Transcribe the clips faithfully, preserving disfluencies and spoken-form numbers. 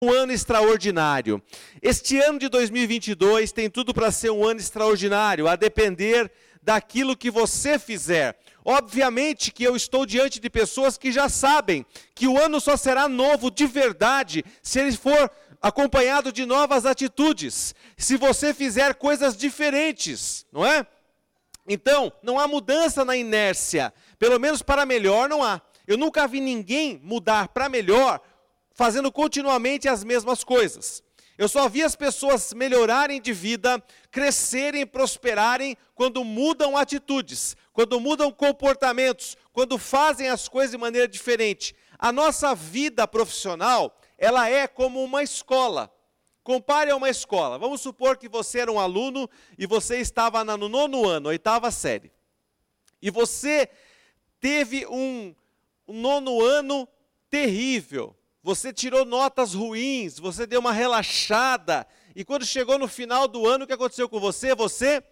Um ano extraordinário. Este ano de dois mil e vinte e dois tem tudo para ser um ano extraordinário, a depender daquilo que você fizer. Obviamente que eu estou diante de pessoas que já sabem que o ano só será novo de verdade se ele for acompanhado de novas atitudes, se você fizer coisas diferentes, não é? Então, não há mudança na inércia, pelo menos para melhor não há. Eu nunca vi ninguém mudar para melhor fazendo continuamente as mesmas coisas. Eu só vi as pessoas melhorarem de vida, crescerem, prosperarem, quando mudam atitudes, quando mudam comportamentos, quando fazem as coisas de maneira diferente. A nossa vida profissional, ela é como uma escola. Compare a uma escola. Vamos supor que você era um aluno e você estava no nono ano, oitava série. E você teve um, um nono ano terrível. Você tirou notas ruins, você deu uma relaxada, e quando chegou no final do ano, o que aconteceu com você? Você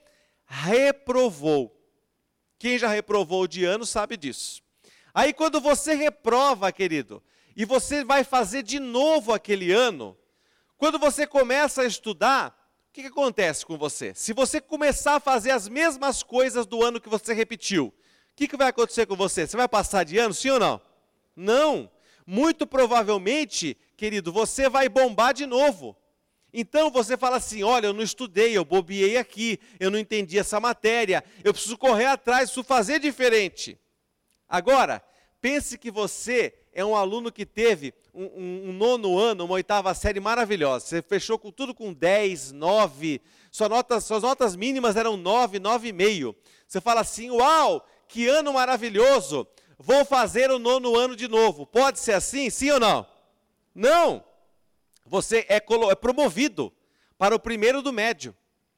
reprovou. Quem já reprovou de ano sabe disso. Aí quando você reprova, querido, e você vai fazer de novo aquele ano, quando você começa a estudar, o que, que acontece com você? Se você começar a fazer as mesmas coisas do ano que você repetiu, o que, que vai acontecer com você? Você vai passar de ano, sim ou não? Não. Muito provavelmente, querido, você vai bombar de novo. Então você fala assim, olha, eu não estudei, eu bobeei aqui, eu não entendi essa matéria, eu preciso correr atrás, preciso fazer diferente. Agora, pense que você é um aluno que teve um, um, um nono ano, uma oitava série maravilhosa. Você fechou com tudo com dez, nove, sua nota, suas notas mínimas eram nove, nove vírgula cinco. Você fala assim, uau, que ano maravilhoso! Vou fazer o nono ano de novo. Pode ser assim, sim ou não? Não. Você é, é promovido para o primeiro do médio.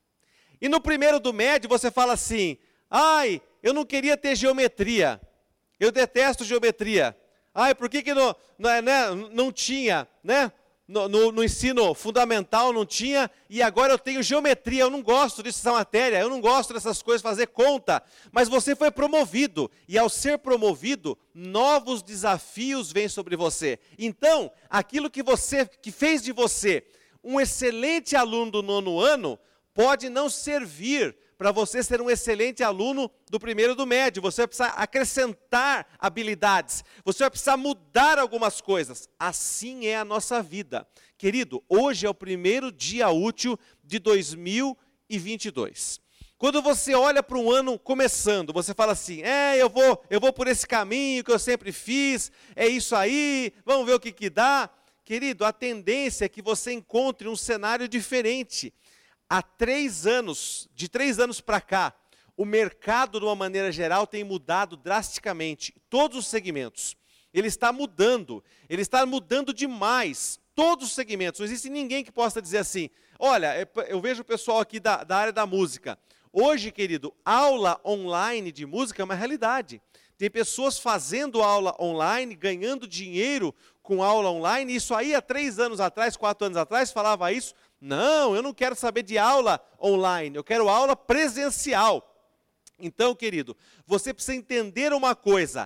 E no primeiro do médio você fala assim, ai, eu não queria ter geometria. Eu detesto geometria. Ai, por que, que não, não, né, não tinha, né? No, no, no ensino fundamental não tinha, e agora eu tenho geometria, eu não gosto dessa matéria, eu não gosto dessas coisas, fazer conta. Mas você foi promovido, e ao ser promovido, novos desafios vêm sobre você. Então, aquilo que você, que fez de você um excelente aluno do nono ano, pode não servir para você ser um excelente aluno do primeiro do médio. Você vai precisar acrescentar habilidades. Você vai precisar mudar algumas coisas. Assim é a nossa vida. Querido, hoje é o primeiro dia útil de dois mil e vinte e dois. Quando você olha para um ano começando, você fala assim, é, eu vou, eu vou por esse caminho que eu sempre fiz, é isso aí, vamos ver o que que dá. Querido, a tendência é que você encontre um cenário diferente. Há três anos, de três anos para cá, o mercado, de uma maneira geral, tem mudado drasticamente. Todos os segmentos. Ele está mudando. Ele está mudando demais. Todos os segmentos. Não existe ninguém que possa dizer assim, olha, eu vejo o pessoal aqui da, da área da música. Hoje, querido, aula online de música é uma realidade. Tem pessoas fazendo aula online, ganhando dinheiro com aula online. Isso aí, há três anos atrás, quatro anos atrás, falava isso. Não, eu não quero saber de aula online, eu quero aula presencial. Então, querido, você precisa entender uma coisa,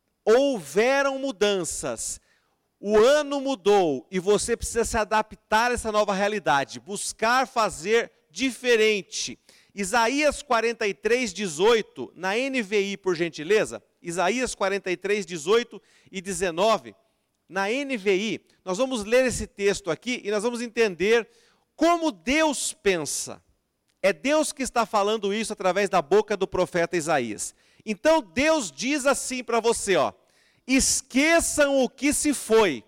houveram mudanças, o ano mudou e você precisa se adaptar a essa nova realidade, buscar fazer diferente. Isaías quarenta e três, dezoito, na N V I, por gentileza, Isaías quarenta e três, dezoito e dezenove, na N V I, nós vamos ler esse texto aqui e nós vamos entender como Deus pensa. É Deus que está falando isso através da boca do profeta Isaías. Então Deus diz assim para você, ó, esqueçam o que se foi,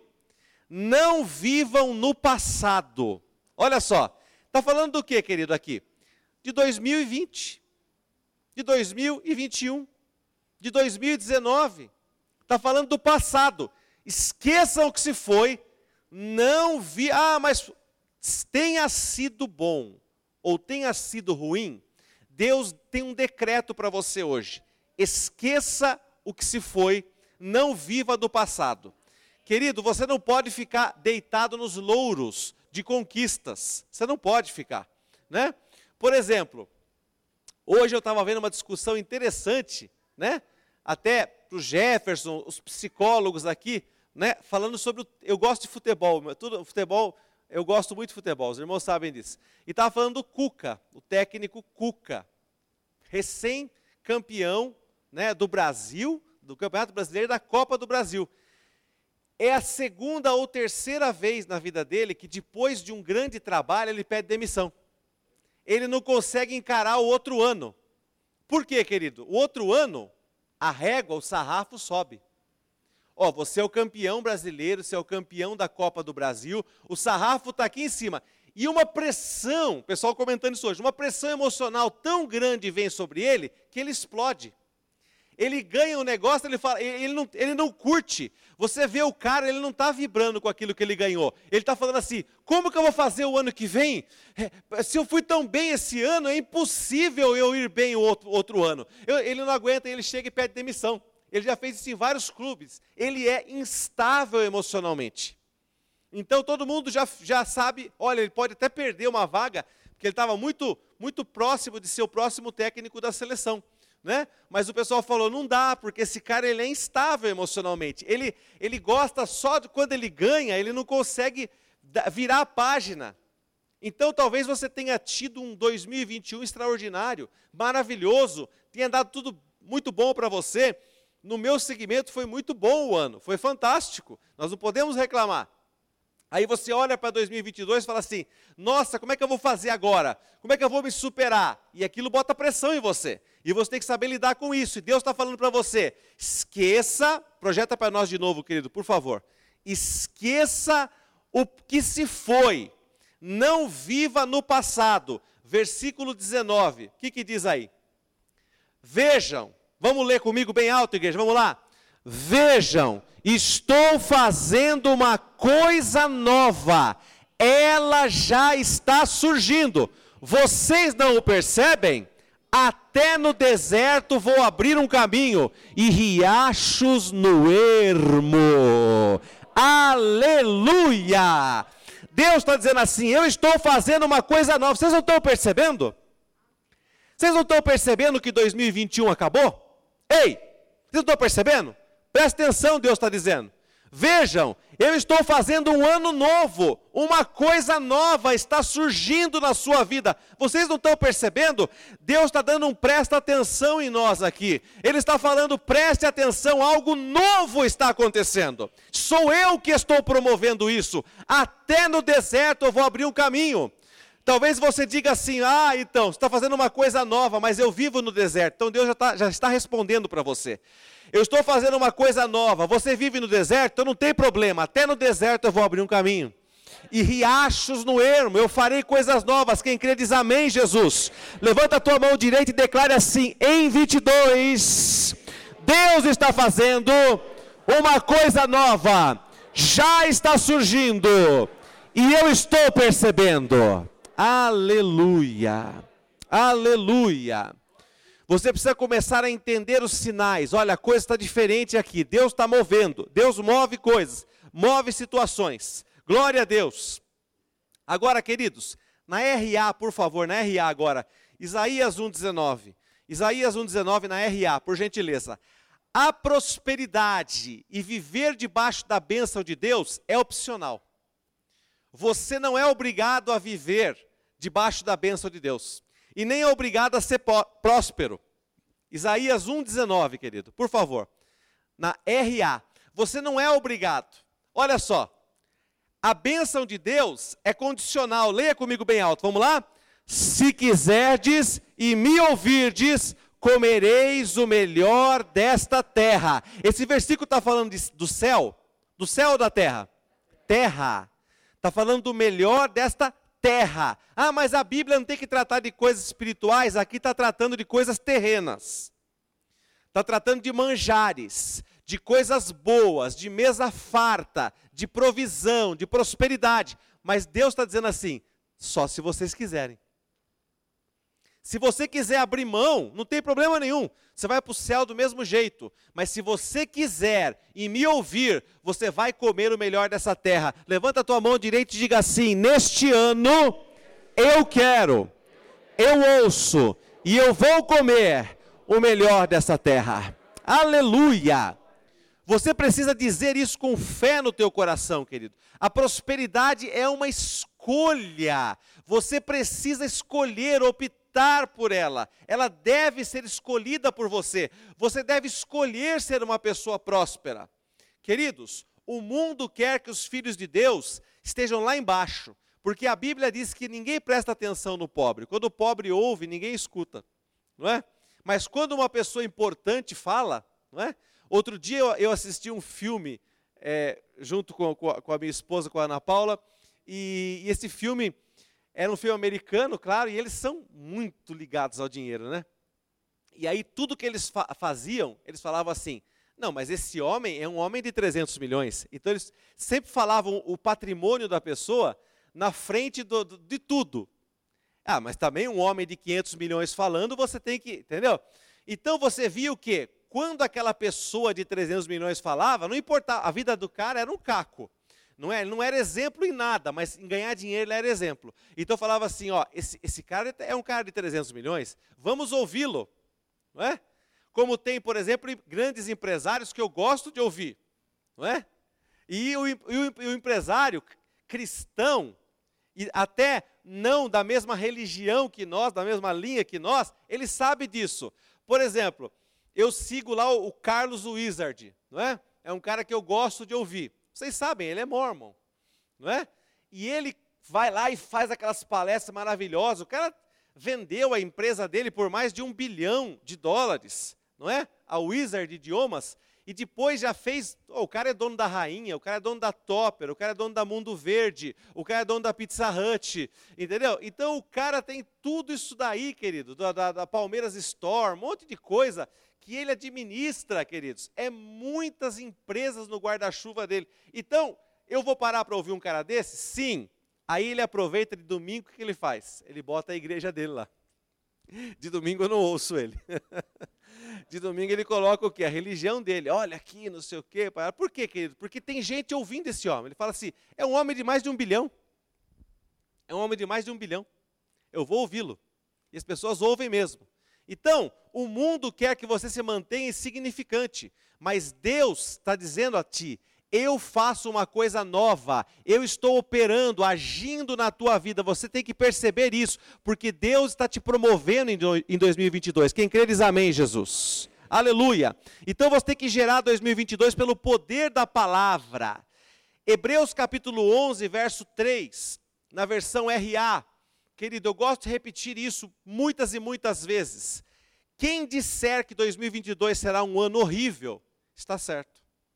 não vivam no passado. Olha só, está falando do que, querido, aqui? De dois mil e vinte, de dois mil e vinte e um, de dois mil e dezenove. Está falando do passado. Esqueçam o que se foi, não vi, ah, mas tenha sido bom ou tenha sido ruim, Deus tem um decreto para você hoje. Esqueça o que se foi, não viva do passado. Querido, você não pode ficar deitado nos louros de conquistas. Você não pode ficar, né? Por exemplo, hoje eu estava vendo uma discussão interessante, né? Até para o Jefferson, os psicólogos aqui né, falando sobre, o, eu gosto de futebol, tudo, futebol, eu gosto muito de futebol, os irmãos sabem disso. E estava falando do Cuca, o técnico Cuca, recém-campeão, né, do Brasil, do Campeonato Brasileiro e da Copa do Brasil. É a segunda ou terceira vez na vida dele que depois de um grande trabalho ele pede demissão. Ele não consegue encarar o outro ano. Por quê, querido? O outro ano, a régua, o sarrafo sobe. Ó, você é o campeão brasileiro, você é o campeão da Copa do Brasil, o sarrafo está aqui em cima. E uma pressão, o pessoal comentando isso hoje, uma pressão emocional tão grande vem sobre ele, que ele explode. Ele ganha um negócio, ele, fala, ele, não, ele não curte. Você vê o cara, ele não está vibrando com aquilo que ele ganhou. Ele está falando assim, como que eu vou fazer o ano que vem? É, se eu fui tão bem esse ano, é impossível eu ir bem o outro, outro ano. Eu, ele não aguenta, ele chega e pede demissão. Ele já fez isso em vários clubes. Ele é instável emocionalmente. Então todo mundo já, já sabe, olha, ele pode até perder uma vaga, porque ele estava muito, muito próximo de ser o próximo técnico da seleção. Né? Mas o pessoal falou, não dá, porque esse cara ele é instável emocionalmente. Ele, ele gosta só de quando ele ganha, ele não consegue virar a página. Então talvez você tenha tido um dois mil e vinte e um extraordinário, maravilhoso, tenha dado tudo muito bom para você. No meu segmento foi muito bom o ano, foi fantástico, nós não podemos reclamar. Aí você olha para dois mil e vinte e dois e fala assim, nossa, como é que eu vou fazer agora? Como é que eu vou me superar? E aquilo bota pressão em você. E você tem que saber lidar com isso. E Deus está falando para você, esqueça, projeta para nós de novo, querido, por favor. Esqueça o que se foi. Não viva no passado. Versículo dezenove, o que, que diz aí? Vejam, vamos ler comigo bem alto, igreja, vamos lá. Vejam, estou fazendo uma coisa nova, ela já está surgindo. Vocês não o percebem? Até no deserto vou abrir um caminho e riachos no ermo. Aleluia! Deus está dizendo assim, eu estou fazendo uma coisa nova. Vocês não estão percebendo? Vocês não estão percebendo que dois mil e vinte e um acabou? Ei, vocês não estão percebendo? Presta atenção, Deus está dizendo. Vejam, eu estou fazendo um ano novo, uma coisa nova está surgindo na sua vida. Vocês não estão percebendo? Deus está dando um presta atenção em nós aqui. Ele está falando, preste atenção, algo novo está acontecendo. Sou eu que estou promovendo isso. Até no deserto eu vou abrir um caminho. Talvez você diga assim, ah, então, você está fazendo uma coisa nova, mas eu vivo no deserto. Então Deus já, tá, já está respondendo para você. Eu estou fazendo uma coisa nova, você vive no deserto, então não tem problema, até no deserto eu vou abrir um caminho. E riachos no ermo, eu farei coisas novas, quem crê diz amém, Jesus. Levanta a tua mão direita e declare assim, em vinte e dois, Deus está fazendo uma coisa nova, já está surgindo, e eu estou percebendo. Aleluia, aleluia. Você precisa começar a entender os sinais. Olha, a coisa está diferente aqui. Deus está movendo. Deus move coisas. Move situações. Glória a Deus. Agora, queridos, na R A, por favor, na R A agora. Isaías um, dezenove. Isaías um, dezenove na R A, por gentileza. A prosperidade e viver debaixo da bênção de Deus é opcional. Você não é obrigado a viver debaixo da bênção de Deus. E nem é obrigado a ser próspero. Isaías um, dezenove, querido, por favor. Na R A. Você não é obrigado. Olha só. A bênção de Deus é condicional. Leia comigo bem alto. Vamos lá? Se quiserdes e me ouvirdes, comereis o melhor desta terra. Esse versículo está falando de, do céu. Do céu ou da terra? Terra. Está falando do melhor desta terra. Terra. Ah, mas a Bíblia não tem que tratar de coisas espirituais, aqui está tratando de coisas terrenas. Está tratando de manjares, de coisas boas, de mesa farta, de provisão, de prosperidade. Mas Deus está dizendo assim, só se vocês quiserem. Se você quiser abrir mão, não tem problema nenhum. Você vai para o céu do mesmo jeito. Mas se você quiser e me ouvir, você vai comer o melhor dessa terra. Levanta a tua mão direita e diga assim, neste ano, eu quero, eu ouço e eu vou comer o melhor dessa terra. Aleluia! Você precisa dizer isso com fé no teu coração, querido. A prosperidade é uma escolha. Você precisa escolher, optar por ela. Ela deve ser escolhida por você. Você deve escolher ser uma pessoa próspera. Queridos, o mundo quer que os filhos de Deus estejam lá embaixo, porque a Bíblia diz que ninguém presta atenção no pobre. Quando o pobre ouve, ninguém escuta, não é? Mas quando uma pessoa importante fala, não é? Outro dia eu, eu assisti um filme é, junto com, com, a, com a minha esposa, com a Ana Paula, e, e esse filme era um filme americano, claro, e eles são muito ligados ao dinheiro, né? E aí tudo que eles fa faziam, eles falavam assim: não, mas esse homem é um homem de trezentos milhões. Então eles sempre falavam o patrimônio da pessoa na frente do, do, de tudo. Ah, mas também um homem de quinhentos milhões falando, você tem que, entendeu? Então você via o quê? Quando aquela pessoa de trezentos milhões falava, não importava, a vida do cara era um caco. Não, é, não era exemplo em nada, mas em ganhar dinheiro ele era exemplo. Então falava assim, ó, esse, esse cara é um cara de trezentos milhões, vamos ouvi-lo, não é? Como tem, por exemplo, grandes empresários que eu gosto de ouvir, não é? E o, e o, e o empresário cristão, e até não da mesma religião que nós, da mesma linha que nós, ele sabe disso. Por exemplo, eu sigo lá o, o Carlos Wizard, não é? É um cara que eu gosto de ouvir. Vocês sabem, ele é mormon, não é? E ele vai lá e faz aquelas palestras maravilhosas. O cara vendeu a empresa dele por mais de um bilhão de dólares, não é? A Wizard Idiomas. E depois já fez, oh, o cara é dono da Rainha, o cara é dono da Topper, o cara é dono da Mundo Verde, o cara é dono da Pizza Hut, entendeu? Então o cara tem tudo isso daí, querido, da, da, da Palmeiras Store, um monte de coisa que ele administra, queridos. É muitas empresas no guarda-chuva dele. Então, eu vou parar para ouvir um cara desse? Sim. Aí ele aproveita de domingo, o que ele faz? Ele bota a igreja dele lá. De domingo eu não ouço ele. De domingo ele coloca o quê? A religião dele. Olha aqui, não sei o quê. Por quê, querido? Porque tem gente ouvindo esse homem. Ele fala assim, é um homem de mais de um bilhão. É um homem de mais de um bilhão. Eu vou ouvi-lo. E as pessoas ouvem mesmo. Então, o mundo quer que você se mantenha insignificante. Mas Deus está dizendo a ti, eu faço uma coisa nova, eu estou operando, agindo na tua vida, você tem que perceber isso, porque Deus está te promovendo em dois mil e vinte e dois, quem crê diz amém, Jesus, aleluia. Então você tem que gerar dois mil e vinte e dois pelo poder da palavra. Hebreus capítulo onze, verso três, na versão R A, querido, eu gosto de repetir isso muitas e muitas vezes, quem disser que dois mil e vinte e dois será um ano horrível, está certo.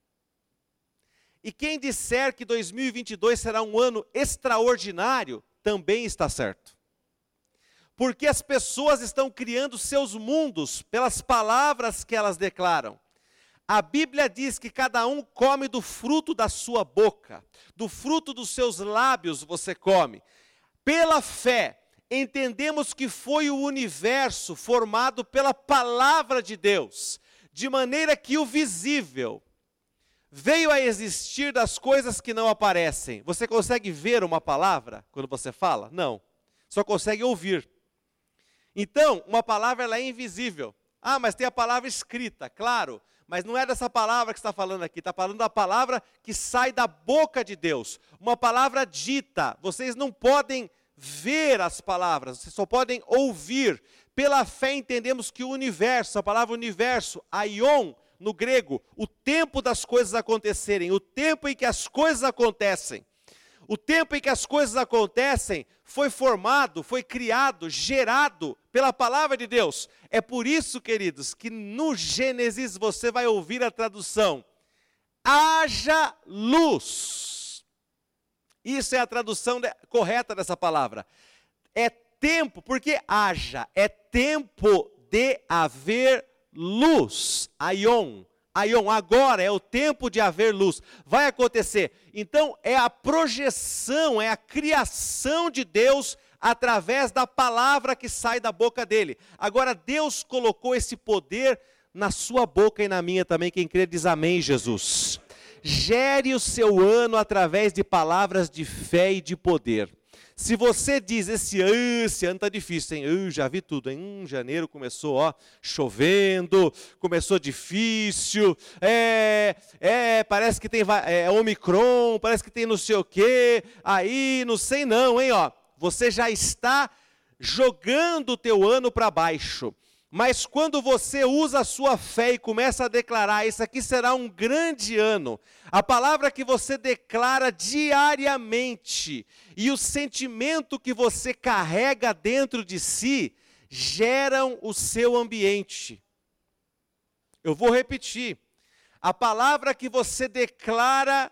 E quem disser que dois mil e vinte e dois será um ano extraordinário, também está certo. Porque as pessoas estão criando seus mundos pelas palavras que elas declaram. A Bíblia diz que cada um come do fruto da sua boca, do fruto dos seus lábios você come. Pela fé, entendemos que foi o universo formado pela palavra de Deus, de maneira que o visível veio a existir das coisas que não aparecem. Você consegue ver uma palavra quando você fala? Não. Só consegue ouvir. Então, uma palavra ela é invisível. Ah, mas tem a palavra escrita, claro. Mas não é dessa palavra que está falando aqui. Está falando da palavra que sai da boca de Deus. Uma palavra dita. Vocês não podem ver as palavras. Vocês só podem ouvir. Pela fé entendemos que o universo, a palavra universo, aion, no grego, o tempo das coisas acontecerem, o tempo em que as coisas acontecem, o tempo em que as coisas acontecem foi formado, foi criado, gerado pela palavra de Deus. É por isso, queridos, que no Gênesis você vai ouvir a tradução, haja luz. Isso é a tradução de, correta dessa palavra. É tempo, porque haja, é tempo de haver luz, aion, aion, agora é o tempo de haver luz, vai acontecer. Então é a projeção, é a criação de Deus através da palavra que sai da boca dele. Agora Deus colocou esse poder na sua boca e na minha também, quem crê diz amém, Jesus. Gere o seu ano através de palavras de fé e de poder. Se você diz, esse, esse ano está difícil, hein? Uh, já vi tudo, hein? Hum, janeiro começou, ó, chovendo, começou difícil, é, é, parece que tem é, Omicron, parece que tem não sei o quê, aí não sei não, hein? Ó, você já está jogando o teu ano para baixo. Mas quando você usa a sua fé e começa a declarar, isso aqui será um grande ano, a palavra que você declara diariamente e o sentimento que você carrega dentro de si, geram o seu ambiente. Eu vou repetir, a palavra que você declara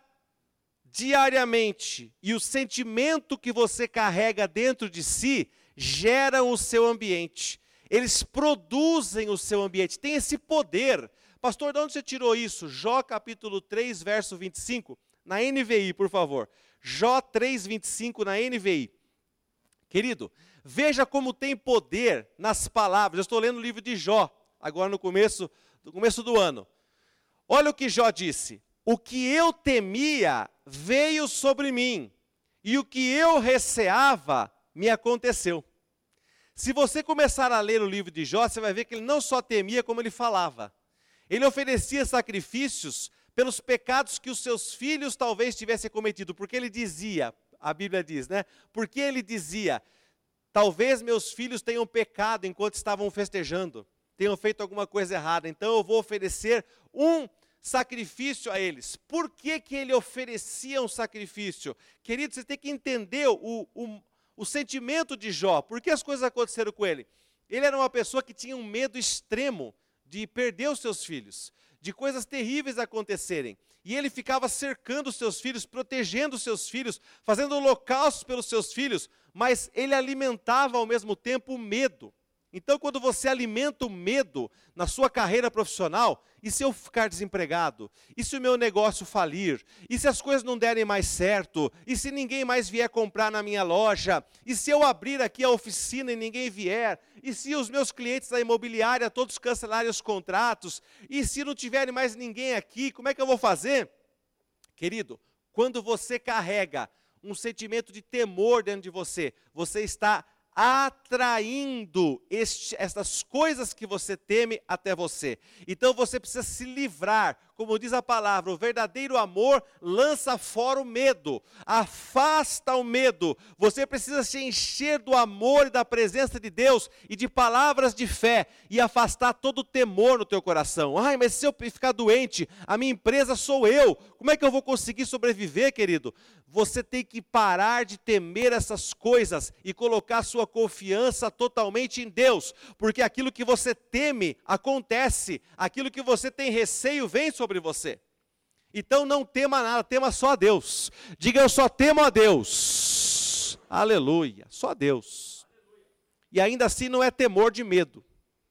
diariamente e o sentimento que você carrega dentro de si, geram o seu ambiente. Eles produzem o seu ambiente, tem esse poder. Pastor, de onde você tirou isso? Jó capítulo três, verso vinte e cinco, na N V I, por favor. Jó três, vinte e cinco, na N V I. Querido, veja como tem poder nas palavras. Eu estou lendo o livro de Jó, agora no começo, no começo do ano. Olha o que Jó disse. O que eu temia veio sobre mim, e o que eu receava me aconteceu. Se você começar a ler o livro de Jó, você vai ver que ele não só temia, como ele falava. Ele oferecia sacrifícios pelos pecados que os seus filhos talvez tivessem cometido, porque ele dizia, a Bíblia diz, né? Porque ele dizia, talvez meus filhos tenham pecado enquanto estavam festejando, tenham feito alguma coisa errada, então eu vou oferecer um sacrifício a eles. Por que que ele oferecia um sacrifício? Querido, você tem que entender o... o O sentimento de Jó, por que as coisas aconteceram com ele? Ele era uma pessoa que tinha um medo extremo de perder os seus filhos, de coisas terríveis acontecerem. E ele ficava cercando os seus filhos, protegendo os seus filhos, fazendo holocaustos pelos seus filhos, mas ele alimentava ao mesmo tempo o medo. Então, quando você alimenta o medo na sua carreira profissional, e se eu ficar desempregado? E se o meu negócio falir? E se as coisas não derem mais certo? E se ninguém mais vier comprar na minha loja? E se eu abrir aqui a oficina e ninguém vier? E se os meus clientes da imobiliária todos cancelarem os contratos? E se não tiverem mais ninguém aqui, como é que eu vou fazer? Querido, quando você carrega um sentimento de temor dentro de você, você está atraindo este, estas coisas que você teme até você. Então você precisa se livrar, como diz a palavra, o verdadeiro amor lança fora o medo, afasta o medo. Você precisa se encher do amor e da presença de Deus e de palavras de fé e afastar todo o temor no teu coração. Ai, mas se eu ficar doente, a minha empresa sou eu, como é que eu vou conseguir sobreviver, querido? Você tem que parar de temer essas coisas e colocar sua confiança totalmente em Deus, porque aquilo que você teme acontece, aquilo que você tem receio vem sobre você. Então não tema nada, tema só a Deus. Diga, eu só temo a Deus. Aleluia, só a Deus. E ainda assim não é temor de medo,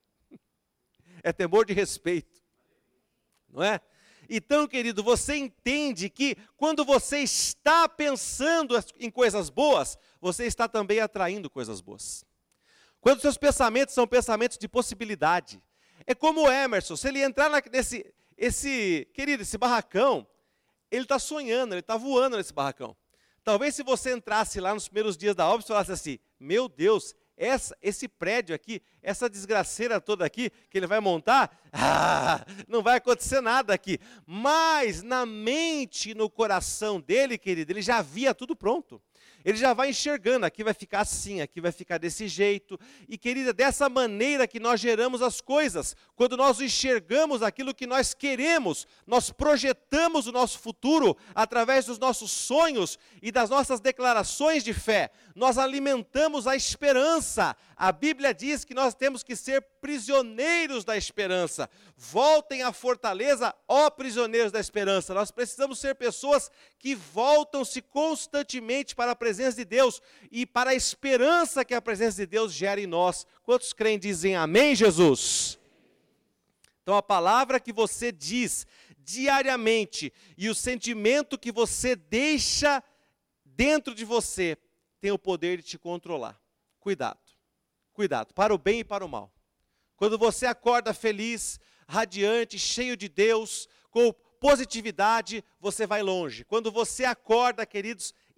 é temor de respeito, não é? Então, querido, você entende que quando você está pensando em coisas boas, você está também atraindo coisas boas. Quando seus pensamentos são pensamentos de possibilidade. É como o Emerson, se ele entrar nesse, esse, querido, esse barracão, ele está sonhando, ele está voando nesse barracão. Talvez se você entrasse lá nos primeiros dias da obra e falasse assim, meu Deus, Essa, esse prédio aqui, essa desgraceira toda aqui, que ele vai montar, ah, não vai acontecer nada aqui. Mas na mente e no coração dele, querido, ele já via tudo pronto. Ele já vai enxergando, aqui vai ficar assim, aqui vai ficar desse jeito. E, querida, dessa maneira que nós geramos as coisas. Quando nós enxergamos aquilo que nós queremos, nós projetamos o nosso futuro através dos nossos sonhos e das nossas declarações de fé. Nós alimentamos a esperança. A Bíblia diz que nós temos que ser prisioneiros da esperança. Voltem à fortaleza, ó prisioneiros da esperança. Nós precisamos ser pessoas que voltam-se constantemente para a presença de Deus e para a esperança que a presença de Deus gera em nós. Quantos creem dizem amém, Jesus? Então a palavra que você diz diariamente e o sentimento que você deixa dentro de você tem o poder de te controlar. Cuidado, cuidado, para o bem e para o mal. Quando você acorda feliz, radiante, cheio de Deus, com positividade, você vai longe. Quando você acorda, queridos,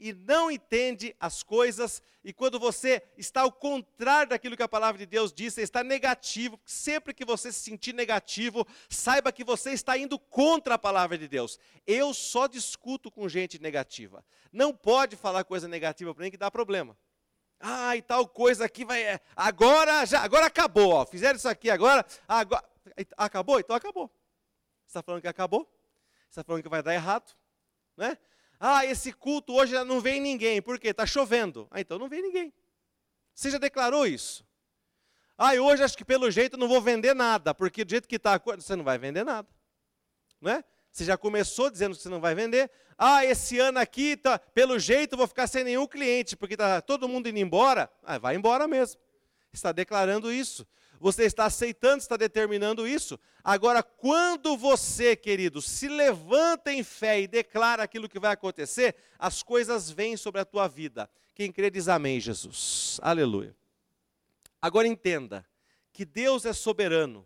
e não entende as coisas, e quando você está ao contrário daquilo que a palavra de Deus diz, você está negativo, sempre que você se sentir negativo, saiba que você está indo contra a palavra de Deus. Eu só discuto com gente negativa. Não pode falar coisa negativa para mim que dá problema. Ah, e tal coisa aqui vai... Agora, já, agora acabou, ó, fizeram isso aqui agora, agora... Acabou? Então acabou. Você está falando que acabou? Você está falando que vai dar errado? Né? Ah, esse culto hoje não vem ninguém. Por quê? Está chovendo. Ah, então não vem ninguém. Você já declarou isso? Ah, hoje acho que pelo jeito não vou vender nada, porque do jeito que está a coisa, você não vai vender nada. Não é? Você já começou dizendo que você não vai vender. Ah, esse ano aqui, tá, pelo jeito, eu vou ficar sem nenhum cliente, porque está todo mundo indo embora. Ah, vai embora mesmo. Está declarando isso. Você está aceitando, está determinando isso. Agora, quando você, querido, se levanta em fé e declara aquilo que vai acontecer, as coisas vêm sobre a tua vida. Quem crê diz amém, Jesus. Aleluia. Agora entenda que Deus é soberano.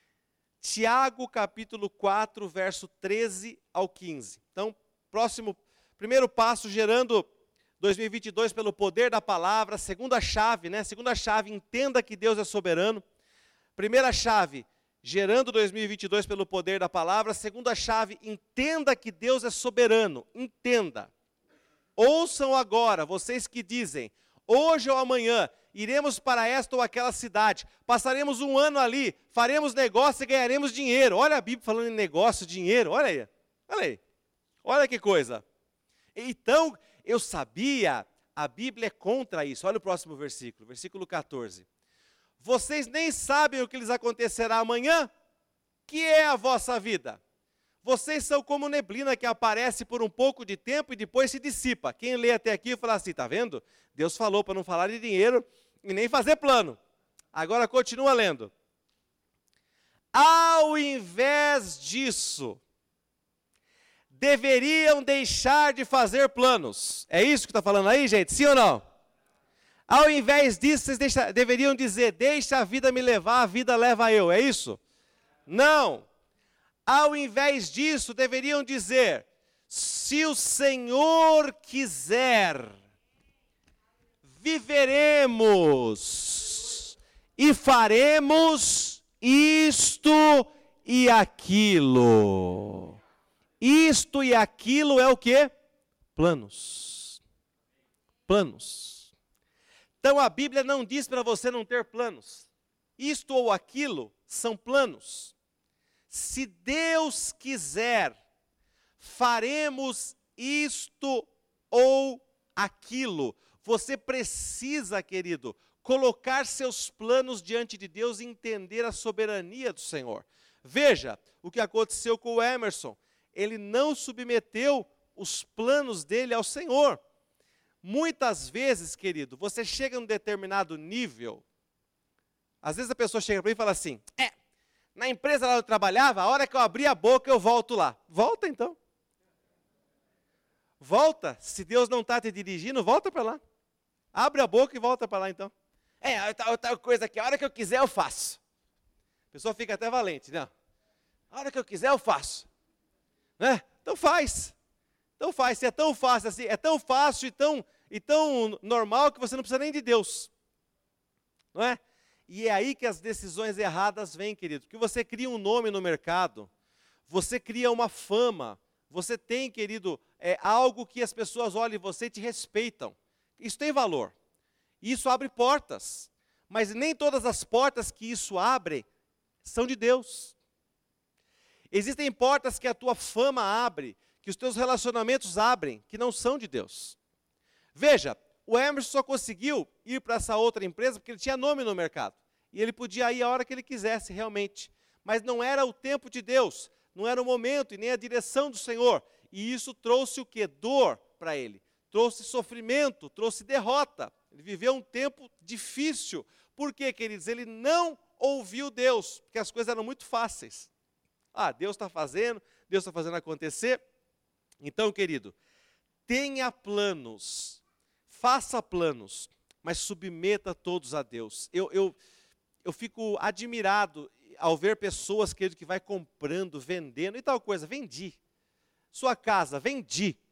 Tiago capítulo quatro, verso treze ao quinze. Então, próximo, primeiro passo, gerando dois mil e vinte e dois pelo poder da palavra. Segunda chave, né? Segunda chave, entenda que Deus é soberano. Primeira chave, gerando dois mil e vinte e dois pelo poder da palavra. Segunda chave, entenda que Deus é soberano. Entenda. Ouçam agora, vocês que dizem, hoje ou amanhã, iremos para esta ou aquela cidade, passaremos um ano ali, faremos negócio e ganharemos dinheiro. Olha a Bíblia falando em negócio, dinheiro, olha aí, olha aí, olha que coisa. Então, eu sabia, a Bíblia é contra isso. Olha o próximo versículo, versículo quatorze. Vocês nem sabem o que lhes acontecerá amanhã, que é a vossa vida. Vocês são como neblina que aparece por um pouco de tempo e depois se dissipa. Quem lê até aqui fala assim, tá vendo? Deus falou para não falar de dinheiro e nem fazer plano. Agora continua lendo. Ao invés disso, deveriam deixar de fazer planos. É isso que está falando aí, gente? Sim ou não? Ao invés disso, vocês deixa, deveriam dizer, deixa a vida me levar, a vida leva eu. É isso? Não. Ao invés disso, deveriam dizer, se o Senhor quiser, viveremos e faremos isto e aquilo. Isto e aquilo é o quê? Planos. Planos. Então a Bíblia não diz para você não ter planos. Isto ou aquilo são planos. Se Deus quiser, faremos isto ou aquilo. Você precisa, querido, colocar seus planos diante de Deus e entender a soberania do Senhor. Veja o que aconteceu com o Emerson. Ele não submeteu os planos dele ao Senhor. Muitas vezes, querido, você chega a um determinado nível, às vezes a pessoa chega para mim e fala assim, é, na empresa lá eu trabalhava, a hora que eu abrir a boca eu volto lá. Volta então. Volta, se Deus não está te dirigindo, volta para lá. Abre a boca e volta para lá então. É, tal, tal coisa aqui, a hora que eu quiser eu faço. A pessoa fica até valente, né? A hora que eu quiser eu faço. Né? Então faz. Então faz, se é tão fácil assim, é tão fácil e tão, e tão normal que você não precisa nem de Deus. Não é? E é aí que as decisões erradas vêm, querido. Porque você cria um nome no mercado, você cria uma fama, você tem, querido, é, algo que as pessoas olham em você e te respeitam. Isso tem valor. Isso abre portas. Mas nem todas as portas que isso abre são de Deus. Existem portas que a tua fama abre, que os teus relacionamentos abrem, que não são de Deus. Veja, o Emerson só conseguiu ir para essa outra empresa porque ele tinha nome no mercado. E ele podia ir a hora que ele quisesse, realmente. Mas não era o tempo de Deus, não era o momento e nem a direção do Senhor. E isso trouxe o quê? Dor para ele. Trouxe sofrimento, trouxe derrota. Ele viveu um tempo difícil. Por quê, queridos? Ele não ouviu Deus, porque as coisas eram muito fáceis. Ah, Deus está fazendo, Deus está fazendo acontecer. Então, querido, tenha planos, faça planos, mas submeta todos a Deus. Eu, eu, eu fico admirado ao ver pessoas, querido, que vai comprando, vendendo e tal coisa. Vendi. Sua casa, vendi.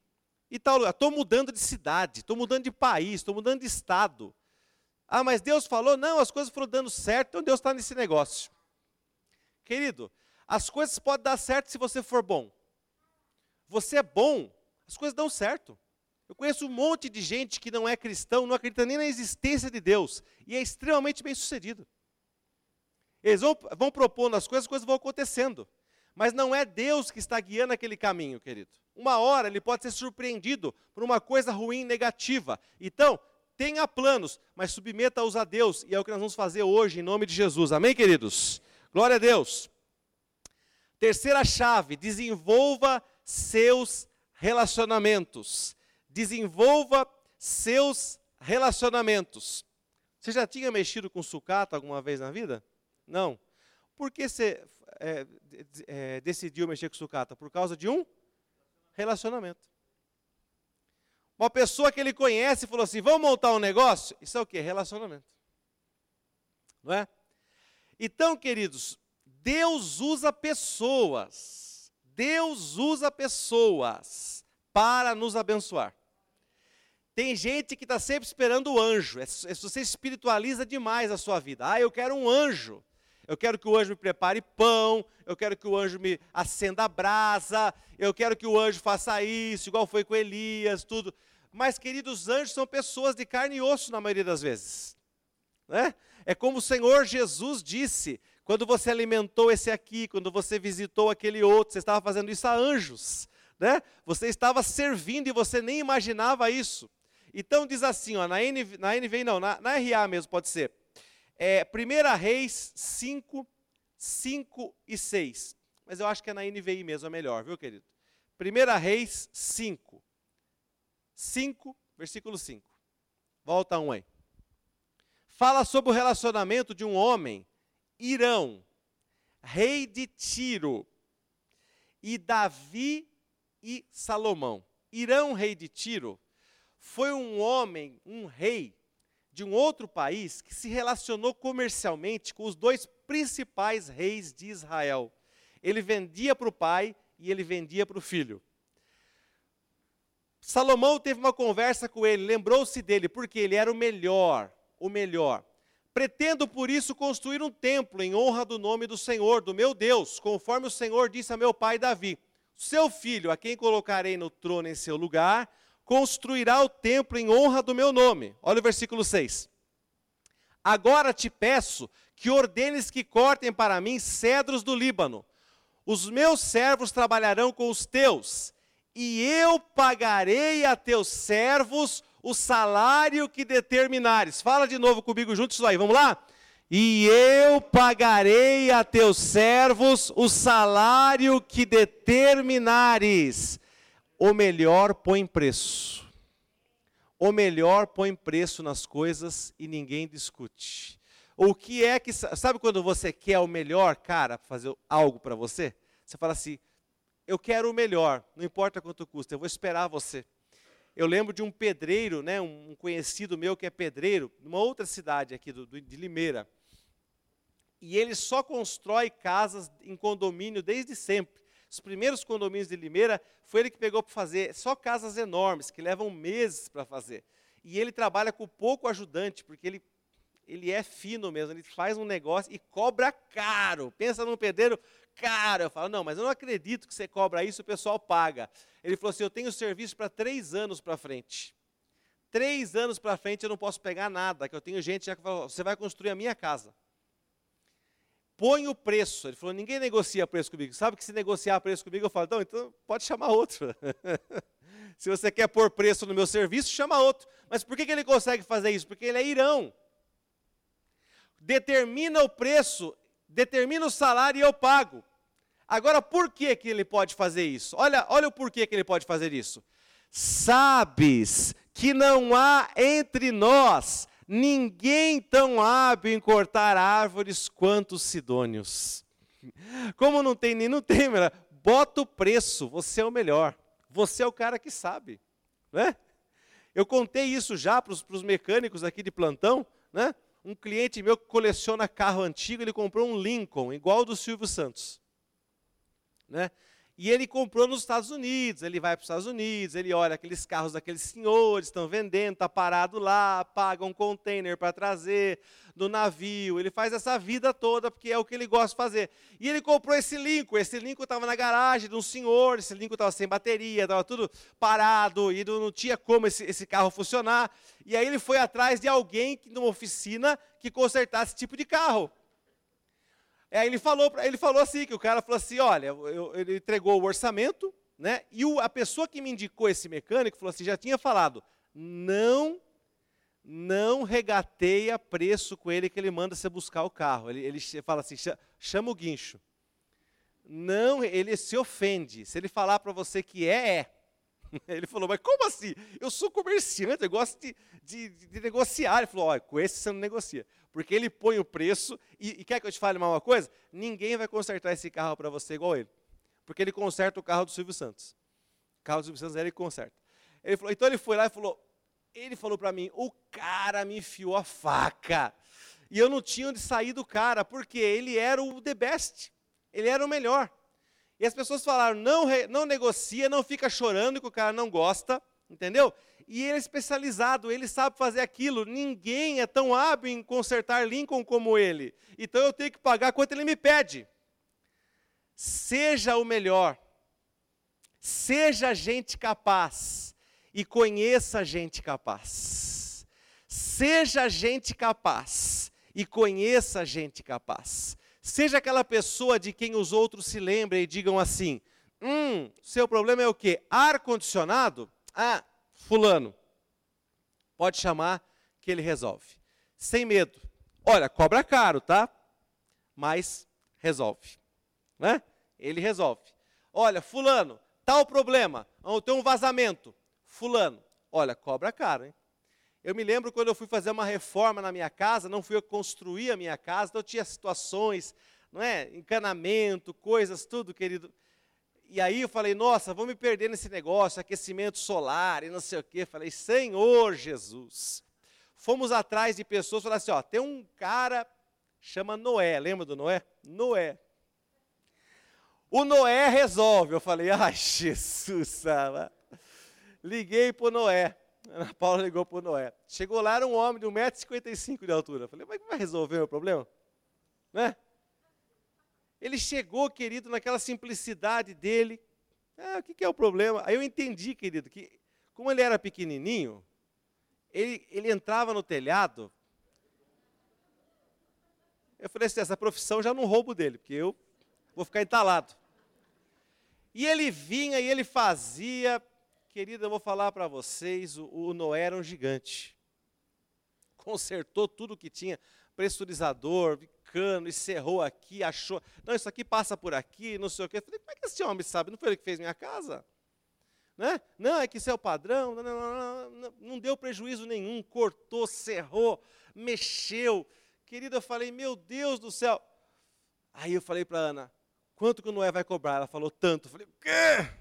e tal lugar. Estou mudando de cidade, estou mudando de país, estou mudando de estado. Ah, mas Deus falou, não, as coisas foram dando certo, então Deus está nesse negócio. Querido, as coisas podem dar certo se você for bom. Você é bom, as coisas dão certo. Eu conheço um monte de gente que não é cristão, não acredita nem na existência de Deus, e é extremamente bem sucedido. Eles vão, vão propondo as coisas, as coisas vão acontecendo. Mas não é Deus que está guiando aquele caminho, querido. Uma hora ele pode ser surpreendido por uma coisa ruim, negativa. Então, tenha planos, mas submeta-os a Deus. E é o que nós vamos fazer hoje, em nome de Jesus. Amém, queridos? Glória a Deus. Terceira chave, desenvolva seus relacionamentos. Desenvolva seus relacionamentos. Você já tinha mexido com sucata alguma vez na vida? Não. Por que você é, é, decidiu mexer com sucata? Por causa de um relacionamento. Uma pessoa que ele conhece falou assim, vamos montar um negócio? Isso é o quê? Relacionamento. Não é? Então, queridos, Deus usa pessoas. Deus usa pessoas para nos abençoar. Tem gente que está sempre esperando o anjo. É, é, você espiritualiza demais a sua vida. Ah, eu quero um anjo. Eu quero que o anjo me prepare pão, eu quero que o anjo me acenda a brasa, eu quero que o anjo faça isso, igual foi com Elias, tudo. Mas, queridos, os anjos são pessoas de carne e osso na maioria das vezes. Né? É como o Senhor Jesus disse, quando você alimentou esse aqui, quando você visitou aquele outro, você estava fazendo isso a anjos. Né? Você estava servindo e você nem imaginava isso. Então diz assim, ó, na, N, na N V I não, na, na R A mesmo pode ser. É, primeira Reis cinco, cinco e seis. Mas eu acho que é na N V I mesmo, é melhor, viu, querido? primeira Reis cinco. cinco, versículo cinco. Volta um aí. Fala sobre o relacionamento de um homem, Irão, rei de Tiro, e Davi e Salomão. Irão, rei de Tiro, foi um homem, um rei, de um outro país que se relacionou comercialmente com os dois principais reis de Israel. Ele vendia para o pai e ele vendia para o filho. Salomão teve uma conversa com ele, lembrou-se dele, porque ele era o melhor, o melhor. Pretendo por isso construir um templo em honra do nome do Senhor, do meu Deus, conforme o Senhor disse a meu pai Davi. Seu filho, a quem colocarei no trono em seu lugar, construirá o templo em honra do meu nome. Olha o versículo seis. Agora te peço que ordenes que cortem para mim cedros do Líbano. Os meus servos trabalharão com os teus, e eu pagarei a teus servos o salário que determinares. Fala de novo comigo juntos isso aí, vamos lá? E eu pagarei a teus servos o salário que determinares. O melhor põe preço. O melhor põe preço nas coisas e ninguém discute. O que é que... Sabe quando você quer o melhor, cara, fazer algo para você? Você fala assim, eu quero o melhor, não importa quanto custa, eu vou esperar você. Eu lembro de um pedreiro, né, um conhecido meu que é pedreiro, numa outra cidade aqui do, do, de Limeira. E ele só constrói casas em condomínio desde sempre. Os primeiros condomínios de Limeira, foi ele que pegou para fazer, só casas enormes, que levam meses para fazer. E ele trabalha com pouco ajudante, porque ele, ele é fino mesmo, ele faz um negócio e cobra caro. Pensa num pedreiro caro. Eu falo, não, mas eu não acredito que você cobra isso, o pessoal paga. Ele falou assim, eu tenho serviço para três anos para frente. Três anos para frente eu não posso pegar nada, que eu tenho gente já que fala, você vai construir a minha casa. Põe o preço. Ele falou, ninguém negocia preço comigo. Sabe que se negociar preço comigo, eu falo, não, então pode chamar outro. Se você quer pôr preço no meu serviço, chama outro. Mas por que, que ele consegue fazer isso? Porque ele é Irão. Determina o preço, determina o salário e eu pago. Agora, por que, que ele pode fazer isso? Olha, olha o porquê que ele pode fazer isso. Sabes que não há entre nós ninguém tão hábil em cortar árvores quanto os sidônios. Como não tem nem, não tem, bota o preço, você é o melhor. Você é o cara que sabe. Né? Eu contei isso já para os mecânicos aqui de plantão. Né? Um cliente meu que coleciona carro antigo, ele comprou um Lincoln, igual ao do Silvio Santos. Né? E ele comprou nos Estados Unidos, ele vai para os Estados Unidos, ele olha aqueles carros daqueles senhores, estão vendendo, está parado lá, paga um container para trazer no navio, ele faz essa vida toda, porque é o que ele gosta de fazer. E ele comprou esse Lincoln, esse Lincoln estava na garagem de um senhor, esse Lincoln estava sem bateria, estava tudo parado, e não tinha como esse, esse carro funcionar. E aí ele foi atrás de alguém, numa oficina, que consertasse esse tipo de carro. Aí ele falou, ele falou assim, que o cara falou assim, olha, eu, ele entregou o orçamento, né? E o, a pessoa que me indicou esse mecânico falou assim, já tinha falado, não, não regateia preço com ele que ele manda você buscar o carro. Ele, ele fala assim, chama o guincho. Não, ele se ofende. Se ele falar para você que é, é. Ele falou, mas como assim? Eu sou comerciante, eu gosto de, de, de negociar. Ele falou, olha, com esse você não negocia. Porque ele põe o preço, e, e quer que eu te fale mais uma coisa? Ninguém vai consertar esse carro para você igual ele. Porque ele conserta o carro do Silvio Santos. O carro do Silvio Santos é ele que conserta. Ele falou, então ele foi lá e falou, ele falou para mim, o cara me enfiou a faca. E eu não tinha onde sair do cara, porque ele era o the best. Ele era o melhor. E as pessoas falaram, não, não negocia, não fica chorando que o cara não gosta, entendeu? E ele é especializado, ele sabe fazer aquilo. Ninguém é tão hábil em consertar Lincoln como ele. Então eu tenho que pagar quanto ele me pede. Seja o melhor. Seja gente capaz. E conheça gente capaz. Seja gente capaz. E conheça gente capaz. Seja aquela pessoa de quem os outros se lembrem e digam assim, hum, seu problema é o quê? Ar-condicionado? Ah, fulano. Pode chamar que ele resolve. Sem medo. Olha, cobra caro, tá? Mas resolve. Né? Ele resolve. Olha, fulano, tal problema, tem um vazamento. Fulano, olha, cobra caro, hein? Eu me lembro quando eu fui fazer uma reforma na minha casa, não fui eu que construí a minha casa, então tinha situações, não é? Encanamento, coisas, tudo, querido. E aí eu falei, nossa, vou me perder nesse negócio, aquecimento solar e não sei o quê. Falei, Senhor Jesus. Fomos atrás de pessoas, falaram assim, ó, tem um cara, chama Noé, lembra do Noé? Noé. O Noé resolve. Eu falei, ai, Jesus, sabe? Liguei para o Noé. A Ana Paula ligou para o Noé. Chegou lá, era um homem de um metro e cinquenta e cinco de altura. Eu falei, mas vai resolver o meu problema? Né? Ele chegou, querido, naquela simplicidade dele. Ah, o que, que é o problema? Aí eu entendi, querido, que como ele era pequenininho, ele, ele entrava no telhado. Eu falei assim, essa profissão já não roubo dele, porque eu vou ficar entalado. E ele vinha e ele fazia... Querida, eu vou falar para vocês, o, o Noé era um gigante. Consertou tudo que tinha, pressurizador, cano, e serrou aqui, achou, não, isso aqui passa por aqui, não sei o quê. Eu falei, como é que esse homem sabe? Não foi ele que fez minha casa? Né? Não, é que isso é o padrão, não, não, não, não, não deu prejuízo nenhum, cortou, serrou, mexeu. Querida, eu falei, meu Deus do céu. Aí eu falei para a Ana, quanto que o Noé vai cobrar? Ela falou, tanto. Eu falei, o quê?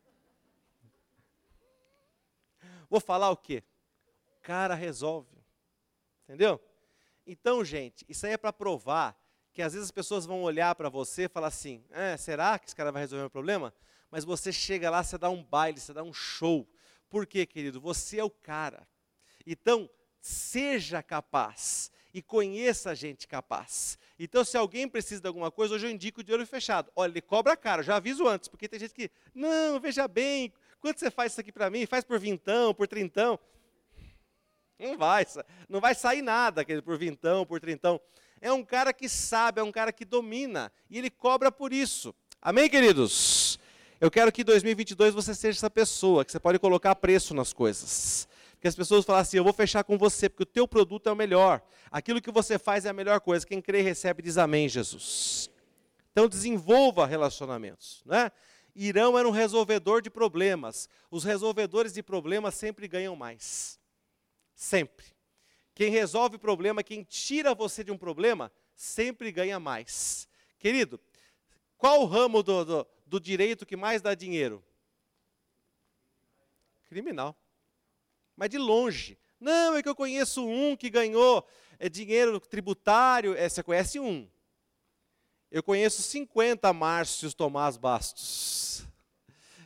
Vou falar o quê? O cara resolve. Entendeu? Então, gente, isso aí é para provar que às vezes as pessoas vão olhar para você e falar assim, é, será que esse cara vai resolver o meu problema? Mas você chega lá, você dá um baile, você dá um show. Por quê, querido? Você é o cara. Então, seja capaz e conheça a gente capaz. Então, se alguém precisa de alguma coisa, hoje eu indico de olho fechado. Olha, ele cobra caro, já aviso antes, porque tem gente que, não, veja bem, quanto você faz isso aqui para mim? Faz por vintão, por trintão. Não vai, não vai sair nada querido, por vintão, por trintão. É um cara que sabe, é um cara que domina, e ele cobra por isso. Amém, queridos? Eu quero que em dois mil e vinte e dois você seja essa pessoa, que você pode colocar preço nas coisas. Porque as pessoas falam assim, eu vou fechar com você, porque o teu produto é o melhor. Aquilo que você faz é a melhor coisa. Quem crê e recebe diz amém, Jesus. Então desenvolva relacionamentos, né? Irão era um resolvedor de problemas. Os resolvedores de problemas sempre ganham mais. Sempre. Quem resolve problema, quem tira você de um problema, sempre ganha mais. Querido, qual o ramo do, do, do direito que mais dá dinheiro? Criminal. Mas de longe. Não, é que eu conheço um que ganhou é, dinheiro tributário. É, você conhece um. Eu conheço cinquenta Márcios Tomás Bastos.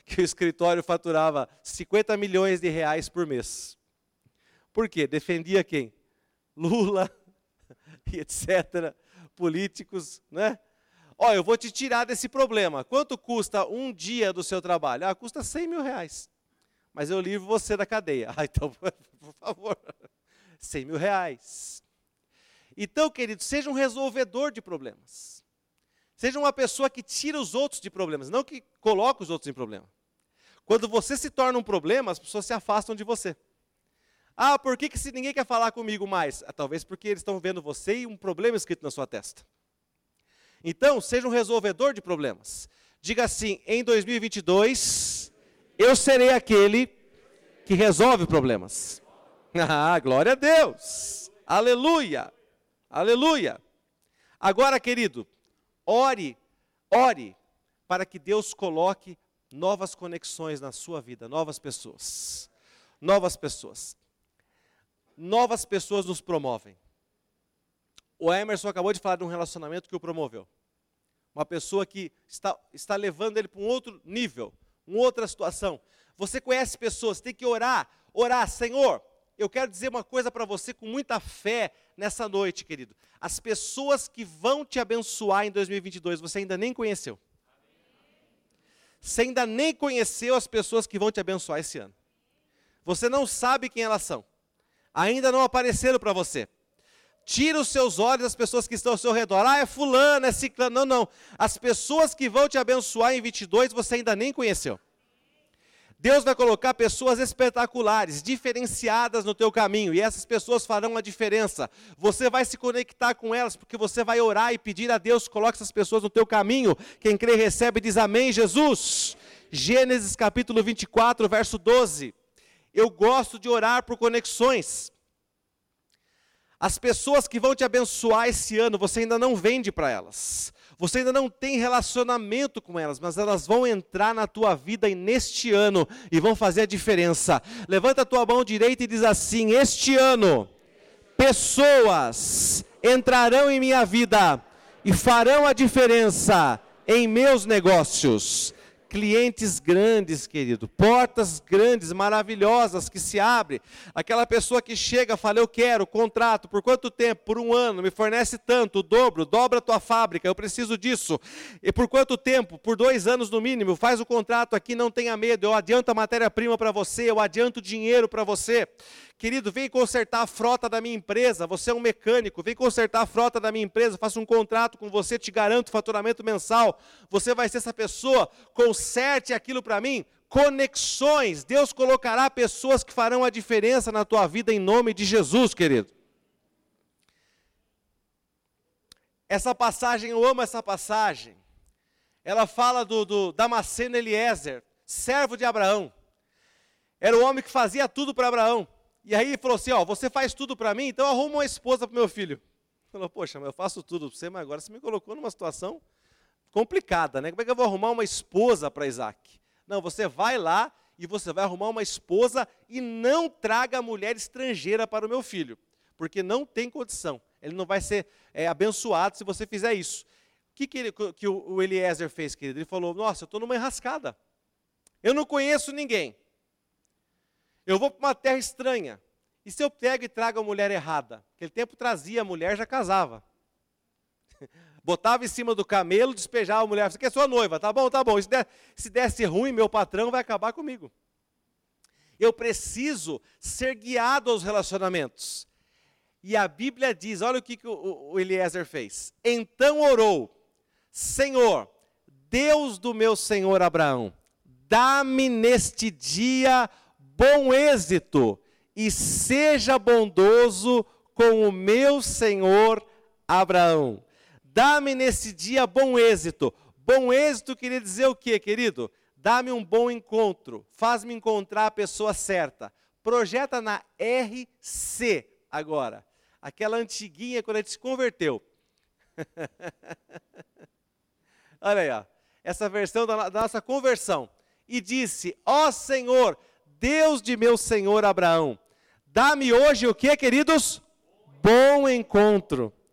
que o escritório faturava cinquenta milhões de reais por mês. Por quê? Defendia quem? Lula, e etcétera, políticos, né? Ó, eu vou te tirar desse problema. Quanto custa um dia do seu trabalho? Ah, custa cem mil reais. Mas eu livro você da cadeia. Ah, então, por favor, cem mil reais. Então, querido, seja um resolvedor de problemas. Seja uma pessoa que tira os outros de problemas, não que coloca os outros em problema. Quando você se torna um problema, as pessoas se afastam de você. Ah, por que, que se ninguém quer falar comigo mais? Ah, talvez porque eles estão vendo você e um problema escrito na sua testa. Então, seja um resolvedor de problemas. Diga assim, em dois mil e vinte e dois, eu serei aquele que resolve problemas. Ah, glória a Deus! Aleluia! Aleluia! Agora, querido, ore, ore para que Deus coloque novas conexões na sua vida, novas pessoas. Novas pessoas. Novas pessoas nos promovem. O Emerson acabou de falar de um relacionamento que o promoveu. Uma pessoa que está, está levando ele para um outro nível, uma outra situação. Você conhece pessoas, tem que orar, orar, Senhor, eu quero dizer uma coisa para você com muita fé nessa noite, querido. As pessoas que vão te abençoar em dois mil e vinte e dois, você ainda nem conheceu. Você ainda nem conheceu as pessoas que vão te abençoar esse ano. Você não sabe quem elas são. Ainda não apareceram para você. Tira os seus olhos das pessoas que estão ao seu redor. Ah, é fulano, é ciclano. Não, não. As pessoas que vão te abençoar em vinte e dois, você ainda nem conheceu. Deus vai colocar pessoas espetaculares, diferenciadas no teu caminho. E essas pessoas farão a diferença. Você vai se conectar com elas, porque você vai orar e pedir a Deus, coloque essas pessoas no teu caminho. Quem crê recebe, diz amém, Jesus. Gênesis capítulo vinte e quatro, verso doze. Eu gosto de orar por conexões. As pessoas que vão te abençoar esse ano, você ainda não vende para elas. Você ainda não tem relacionamento com elas, mas elas vão entrar na tua vida e neste ano e vão fazer a diferença. Levanta a tua mão direita e diz assim: este ano, pessoas entrarão em minha vida e farão a diferença em meus negócios. Clientes grandes, querido, portas grandes, maravilhosas que se abrem. Aquela pessoa que chega, fala, eu quero contrato, por quanto tempo? Por um ano, me fornece tanto, o dobro, dobra a tua fábrica, eu preciso disso. E por quanto tempo? Por dois anos no mínimo, faz o contrato aqui, não tenha medo, eu adianto a matéria-prima para você, eu adianto dinheiro para você. Querido, vem consertar a frota da minha empresa, você é um mecânico, vem consertar a frota da minha empresa, faço um contrato com você, te garanto faturamento mensal, você vai ser essa pessoa, conserte aquilo para mim, conexões, Deus colocará pessoas que farão a diferença na tua vida em nome de Jesus, querido. Essa passagem, eu amo essa passagem, ela fala do, do Damasceno Eliezer, servo de Abraão, era o homem que fazia tudo para Abraão. E aí ele falou assim, ó, você faz tudo para mim, então arruma uma esposa para o meu filho. Ele falou, poxa, mas eu faço tudo para você, mas agora você me colocou numa situação complicada, né? Como é que eu vou arrumar uma esposa para Isaac? Não, você vai lá e você vai arrumar uma esposa e não traga a mulher estrangeira para o meu filho, porque não tem condição. Ele não vai ser é, abençoado se você fizer isso. O que, que, ele, que o, o Eliezer fez, querido? Ele falou, nossa, eu estou numa enrascada. Eu não conheço ninguém. Eu vou para uma terra estranha. E se eu pego e trago a mulher errada? Naquele tempo trazia a mulher, já casava. Botava em cima do camelo, despejava a mulher. Você quer sua noiva? Tá bom, tá bom. Se, der, se desse ruim, meu patrão vai acabar comigo. Eu preciso ser guiado aos relacionamentos. E a Bíblia diz, olha o que, que o, o Eliezer fez. Então orou, Senhor, Deus do meu senhor Abraão, dá-me neste dia bom êxito, e seja bondoso com o meu senhor Abraão. Dá-me nesse dia bom êxito. Bom êxito queria dizer o quê, querido? Dá-me um bom encontro, faz-me encontrar a pessoa certa. Projeta na R C agora, aquela antiguinha quando a gente se converteu. Olha aí, ó, essa versão da, da nossa conversão. E disse, ó Senhor, Deus de meu senhor Abraão, dá-me hoje o que, queridos? Bom encontro.